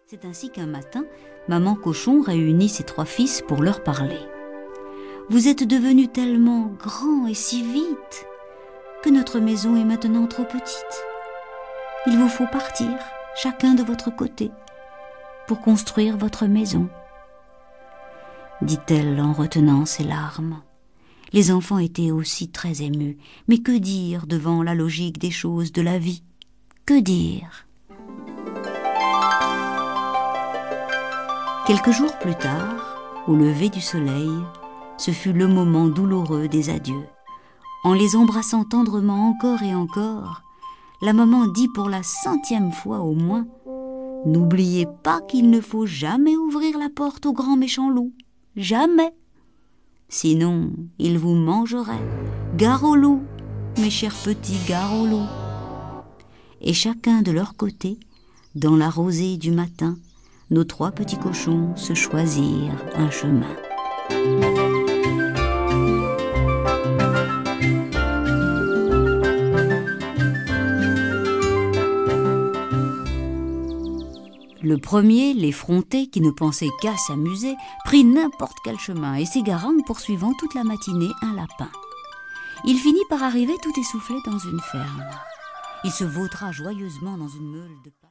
C'est ainsi qu'un matin, maman cochon réunit ses 3 fils pour leur parler. « Vous êtes devenus tellement grands et si vite que notre maison est maintenant trop petite. Il vous faut partir, chacun de votre côté, pour construire votre maison. » dit-elle en retenant ses larmes. Les enfants étaient aussi très émus. Mais que dire devant la logique des choses de la vie? Que dire? Quelques jours plus tard, au lever du soleil, ce fut le moment douloureux des adieux. En les embrassant tendrement encore et encore, la maman dit pour la 100e fois au moins: « N'oubliez pas qu'il ne faut jamais ouvrir la porte au grand méchant loup. Jamais! Sinon, il vous mangerait. Gare au loup, mes chers petits, gare au loup. » Et chacun de leur côté, dans la rosée du matin, nos 3 petits cochons se choisirent un chemin. Le premier, l'effronté, qui ne pensait qu'à s'amuser, prit n'importe quel chemin et s'égara en poursuivant toute la matinée un lapin. Il finit par arriver tout essoufflé dans une ferme. Il se vautra joyeusement dans une meule de pain.